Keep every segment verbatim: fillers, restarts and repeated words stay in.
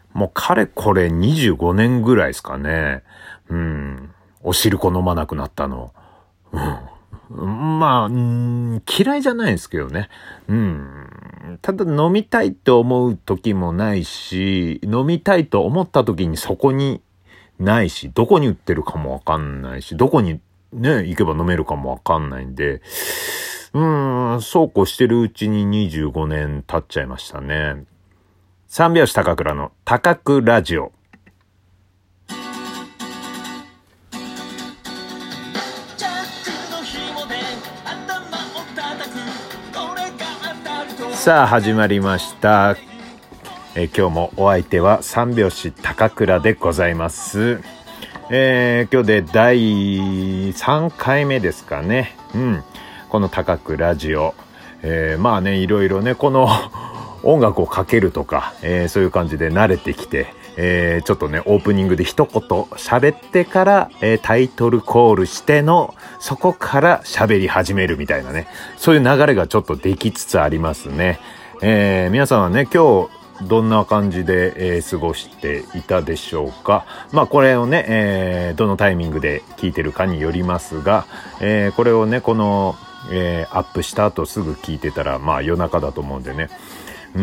もうかれこれにじゅうごねんぐらいですかね。うん。おしるこ飲まなくなったの。うん。まあ、うん、嫌いじゃないんですけどね。うん。ただ飲みたいと思う時もないし、飲みたいと思った時にそこにないし、どこに売ってるかもわかんないし、どこにね、行けば飲めるかもわかんないんで、うーん、そうこうしてるうちににじゅうごねん経っちゃいましたね。三拍子高倉の高倉ラジオ。さあ始まりました。えー、今日もお相手は三拍子高倉でございます。えー、今日でだいさんかいめですかね。うん。この高倉ラジオ。えー、まあね、いろいろね、この音楽をかけるとか、えー、そういう感じで慣れてきて、えー、ちょっとね、オープニングで一言喋ってから、えー、タイトルコールしての、そこから喋り始めるみたいなね、そういう流れがちょっとできつつありますね。えー、皆さんはね、今日、どんな感じで、えー、過ごしていたでしょうか。まあこれをね、えー、どのタイミングで聞いてるかによりますが、えー、これをね、この、えー、アップした後すぐ聞いてたら、まあ夜中だと思うんでね。うん、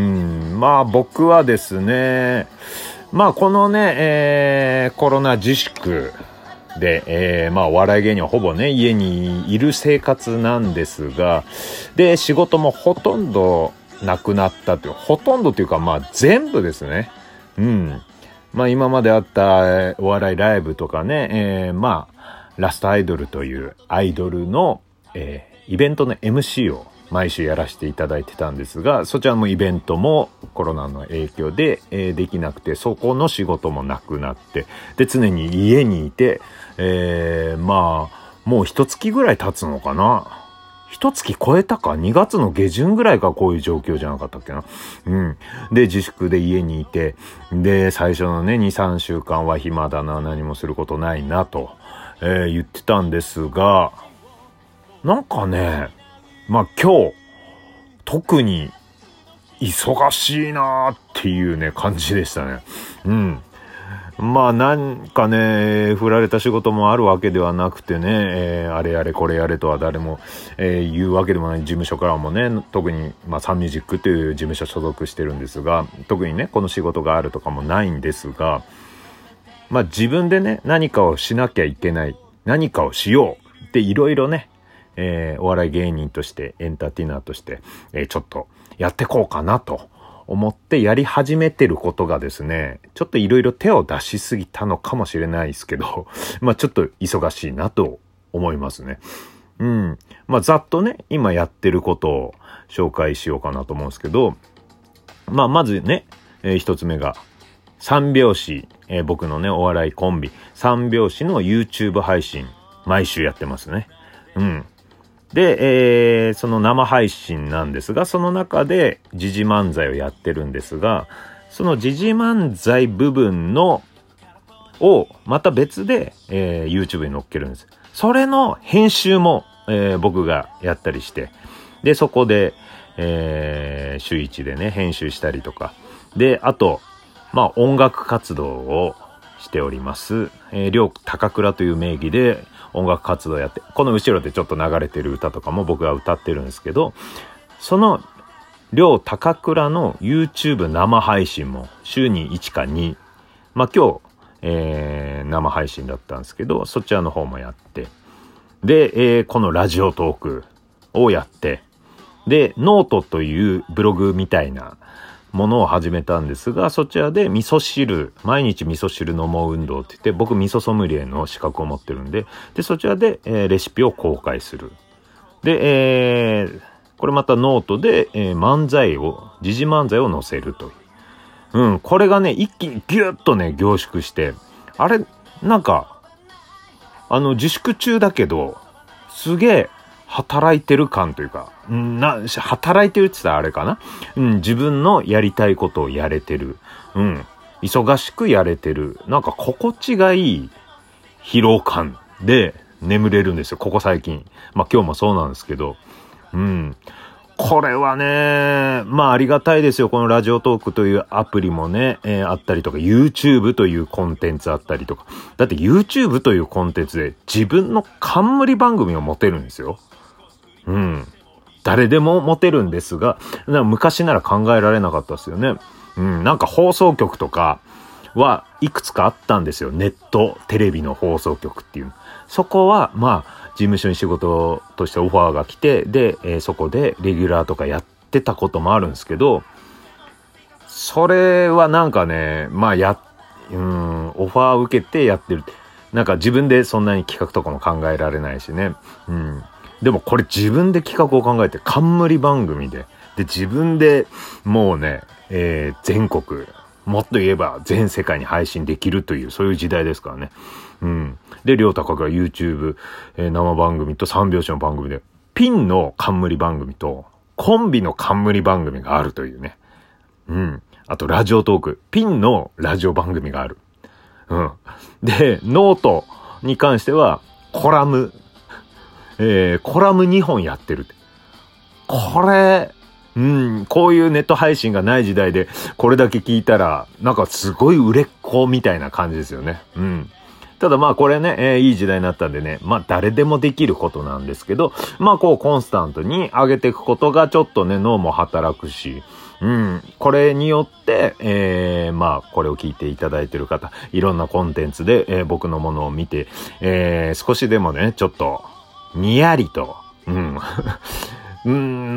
まあ僕はですね、まあこのね、えー、コロナ自粛で、えー、まあお笑い芸人はほぼね、家にいる生活なんですが、で、仕事もほとんどなくなったという、ほとんどというかまあ全部ですね。うん。まあ今まであったお笑いライブとかね、えー、まあ、ラストアイドルというアイドルの、えー、イベントの エムシー を毎週やらせていただいてたんですが、そちらのイベントもコロナの影響で、えー、できなくて、そこの仕事もなくなって、で、常に家にいて、えー、まあ、もう一月ぐらい経つのかな。一月超えたか、にがつの下旬ぐらいか、こういう状況じゃなかったっけな。うん。で、自粛で家にいて、で、最初のね、に、さんしゅうかんは暇だな、何もすることないな、と、えー、言ってたんですが、なんかね、まあ今日、特に忙しいなーっていうね、感じでしたね。うん。まあなんかね、振られた仕事もあるわけではなくてね、えー、あれやれこれやれとは誰も、えー、言うわけでもない。事務所からもね、特に、まあサンミュージックという事務所所属してるんですが、特にね、この仕事があるとかもないんですが、まあ自分でね、何かをしなきゃいけない、何かをしようっていろいろね、えー、お笑い芸人としてエンターテイナーとして、えー、ちょっとやってこうかなと思ってやり始めてることがですね、ちょっといろいろ手を出しすぎたのかもしれないですけど、まあちょっと忙しいなと思いますね。うん。まあざっとね、今やってることを紹介しようかなと思うんですけど、まあまずね、えー、一つ目が三拍子、えー、僕のねお笑いコンビ三拍子の YouTube 配信毎週やってますね。うん。で、えー、その生配信なんですが、その中で時事漫才をやってるんですが、その時事漫才部分のをまた別で、えー、YouTube に載っけるんです。それの編集も、えー、僕がやったりして、でそこで、えー、週一でね編集したりとかで、あとまあ音楽活動をしております。えー、両高倉という名義で音楽活動やって、この後ろでちょっと流れてる歌とかも僕が歌ってるんですけど、その両高倉の YouTube 生配信も週にいちかに、まあ今日、えー、生配信だったんですけど、そちらの方もやって、で、えー、このラジオトークをやって、で、ノートというブログみたいなものを始めたんですが、そちらで味噌汁、毎日味噌汁飲もう運動って言って、僕味噌ソムリエの資格を持ってるんで、で、そちらで、えー、レシピを公開する。で、えー、これまたノートで、えー、漫才を、時事漫才を載せるという。うん、これがね、一気にギュッとね、凝縮して、あれ、なんか、あの、自粛中だけど、すげえ、働いてる感というか、な、働いてるって言ったらあれかな、うん、自分のやりたいことをやれてる。うん。忙しくやれてる。なんか心地がいい疲労感で眠れるんですよ、ここ最近。まあ今日もそうなんですけど。うん。 これはね、まあありがたいですよ。このラジオトークというアプリもね、えー、あったりとか、YouTube というコンテンツあったりとか。だって YouTube というコンテンツで自分の冠番組を持てるんですよ。うん。誰でも持てるんですが、昔なら考えられなかったですよね。うん。なんか放送局とかはいくつかあったんですよ。ネット、テレビの放送局っていう。そこは、まあ、事務所に仕事としてオファーが来て、で、えー、そこでレギュラーとかやってたこともあるんですけど、それはなんかね、まあや、うん、オファー受けてやってる。なんか自分でそんなに企画とかも考えられないしね。うん。でもこれ自分で企画を考えて冠番組で、で、自分でもうね、えー、全国、もっと言えば全世界に配信できるという、そういう時代ですからね。うん。で、りょうたかが YouTube、えー、生番組と三拍子の番組で、ピンの冠番組と、コンビの冠番組があるというね。うん。あと、ラジオトーク。ピンのラジオ番組がある。うん。で、ノートに関しては、コラム。えー、コラムにほんやってるって。これ、うん、こういうネット配信がない時代で、これだけ聞いたら、なんかすごい売れっ子みたいな感じですよね。うん。ただまあこれね、えー、いい時代になったんでね、まあ誰でもできることなんですけど、まあこうコンスタントに上げていくことがちょっとね、脳も働くし、うん、これによって、えー、まあこれを聞いていただいている方、いろんなコンテンツで、えー、僕のものを見て、えー、少しでもね、ちょっと、にやりと、うん。うん、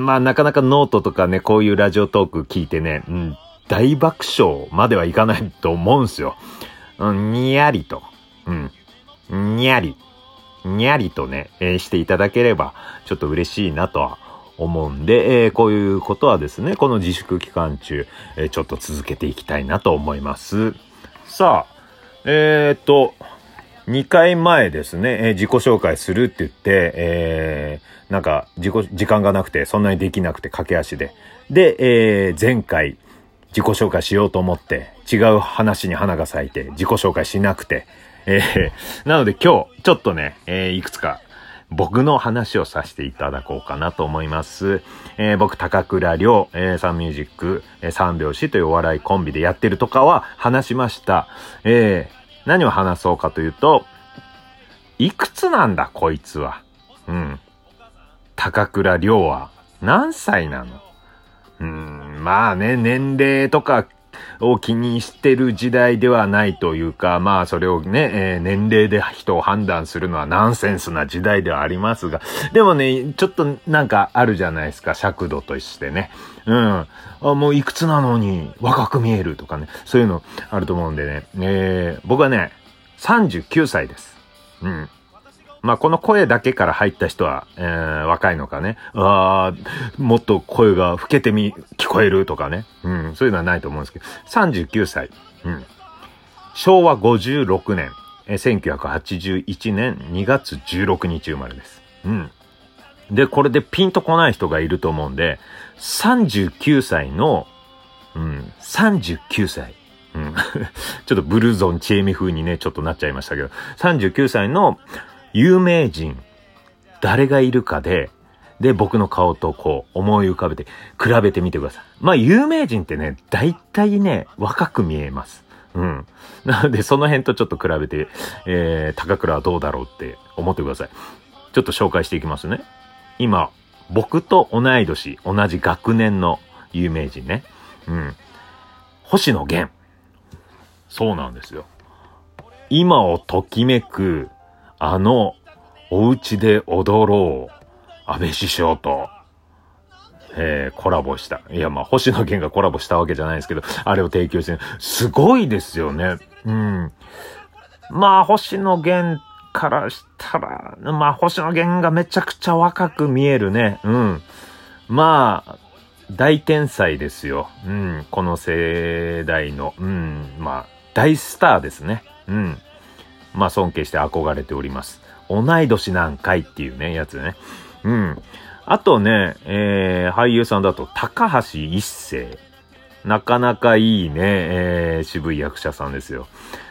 まあなかなかノートとかね、こういうラジオトーク聞いてね、うん、大爆笑まではいかないと思うんすよ。うん、にやりと。うん。にゃり。にゃりとね、えー、していただければ、ちょっと嬉しいなとは思うんで、えー、こういうことはですね、この自粛期間中、えー、ちょっと続けていきたいなと思います。さあ、えー、っと、にかいまえですね、えー、自己紹介するって言って、えー、なんか、自己、時間がなくて、そんなにできなくて駆け足で。で、えー、前回、自己紹介しようと思って、違う話に花が咲いて、自己紹介しなくて、えー、なので今日、ちょっとね、えー、いくつか僕の話をさせていただこうかなと思います。えー、僕、高倉涼、えー、サンミュージック、えー、三拍子というお笑いコンビでやってるとかは話しました。えー、何を話そうかというと、いくつなんだこいつは。うん。高倉涼は何歳なの？うーん、まあね、年齢とか、を気にしてる時代ではないというか、まあそれをね、えー、年齢で人を判断するのはナンセンスな時代ではありますが、でもね、ちょっとなんかあるじゃないですか、尺度としてね。うん。あ、もういくつなのに若く見えるとかね、そういうのあると思うんでね。えー、僕はね、さんじゅうきゅうさいです。うん。まあ、この声だけから入った人は、えー、若いのかね。ああ、もっと声が老けてみ、聞こえるとかね。うん、そういうのはないと思うんですけど。さんじゅうきゅうさい。うん。しょうわごじゅうろくねん、えー、せんきゅうひゃくはちじゅういちねんにがつじゅうろくにち生まれです。うん。で、これでピンとこない人がいると思うんで、さんじゅうきゅうさいの、うん、さんじゅうきゅうさい。うん。ちょっとブルゾンチエミ風にね、ちょっとなっちゃいましたけど、さんじゅうきゅうさいの、有名人、誰がいるかで、で、僕の顔とこう、思い浮かべて、比べてみてください。まあ、有名人ってね、大体ね、若く見えます。うん。なので、その辺とちょっと比べて、えー、高倉はどうだろうって思ってください。ちょっと紹介していきますね。今、僕と同い年、同じ学年の有名人ね。うん。星野源。そうなんですよ。今をときめく、あの、お家で踊ろう、安倍首相と、えー、コラボした。いや、まあ、星野源がコラボしたわけじゃないですけど、あれを提供してる。すごいですよね。うん。まあ、星野源からしたら、まあ、星野源がめちゃくちゃ若く見えるね。うん。まあ、大天才ですよ。うん。この世代の、うん。まあ、大スターですね。うん。まあ尊敬して憧れております。同い年なんかいっていうね、やつね。うん。あとね、えー、俳優さんだと高橋一生。なかなかいいね、えー、渋い役者さんですよ。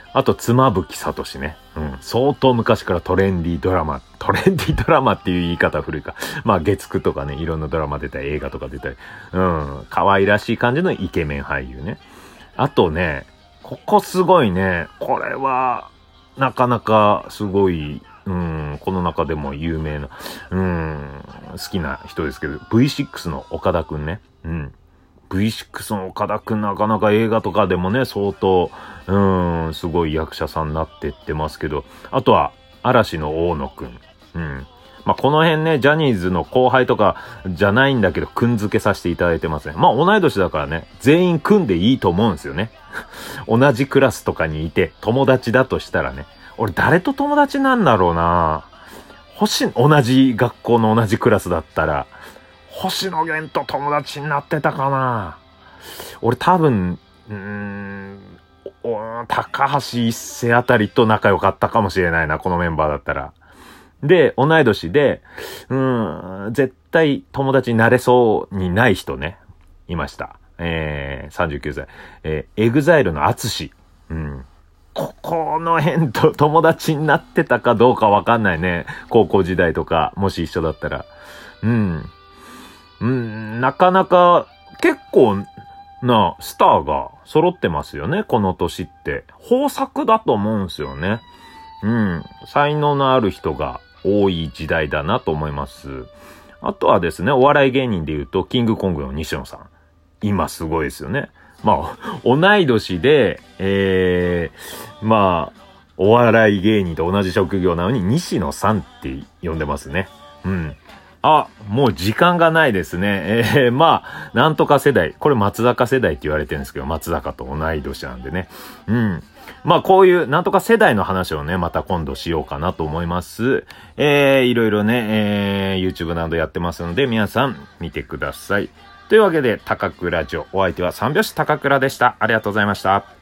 あと、妻夫木聡ね。うん。相当昔からトレンディードラマ、トレンディードラマっていう言い方古いか。まあ、月くとかね、いろんなドラマ出たり、映画とか出たり。うん。可愛らしい感じのイケメン俳優ね。あとね、ここすごいね。これは、なかなかすごい、うん、この中でも有名な、うん、好きな人ですけど、ブイシックス の岡田くんね。うん。ブイシックス の岡田くんなかなか映画とかでもね、相当、うーん、すごい役者さんになってってますけど、あとは、嵐の大野くん。うん。まあ、この辺ね、ジャニーズの後輩とかじゃないんだけど、くん付けさせていただいてますね。まあ、同い年だからね、全員くんでいいと思うんですよね。同じクラスとかにいて、友達だとしたらね。俺、誰と友達なんだろうな。星、同じ学校の同じクラスだったら、星野源と友達になってたかな。俺多分、うーん、高橋一生あたりと仲良かったかもしれないな、このメンバーだったら。で、同い年で、うーん、絶対友達になれそうにない人ね、いました。えー、さんじゅうきゅうさい。えー、エグザイルのアツシ。うん。ここの辺と友達になってたかどうかわかんないね。高校時代とか、もし一緒だったら。うん。うん、なかなか結構なスターが揃ってますよね、この年って。豊作だと思うんですよね。うん。才能のある人が多い時代だなと思います。あとはですね、お笑い芸人で言うと、キングコングの西野さん。今すごいですよね。まあ、同い年で、えー、まあ、お笑い芸人と同じ職業なのに西野さんって呼んでますね。うん。あ、もう時間がないですね。えー、まあ、なんとか世代。これ松坂世代って言われてるんですけど、松坂と同い年なんでね。うん。まあ、こういうなんとか世代の話をね、また今度しようかなと思います。えー、いろいろね、えー、YouTube などやってますので、皆さん見てください。というわけで、高倉城。お相手は三拍子高倉でした。ありがとうございました。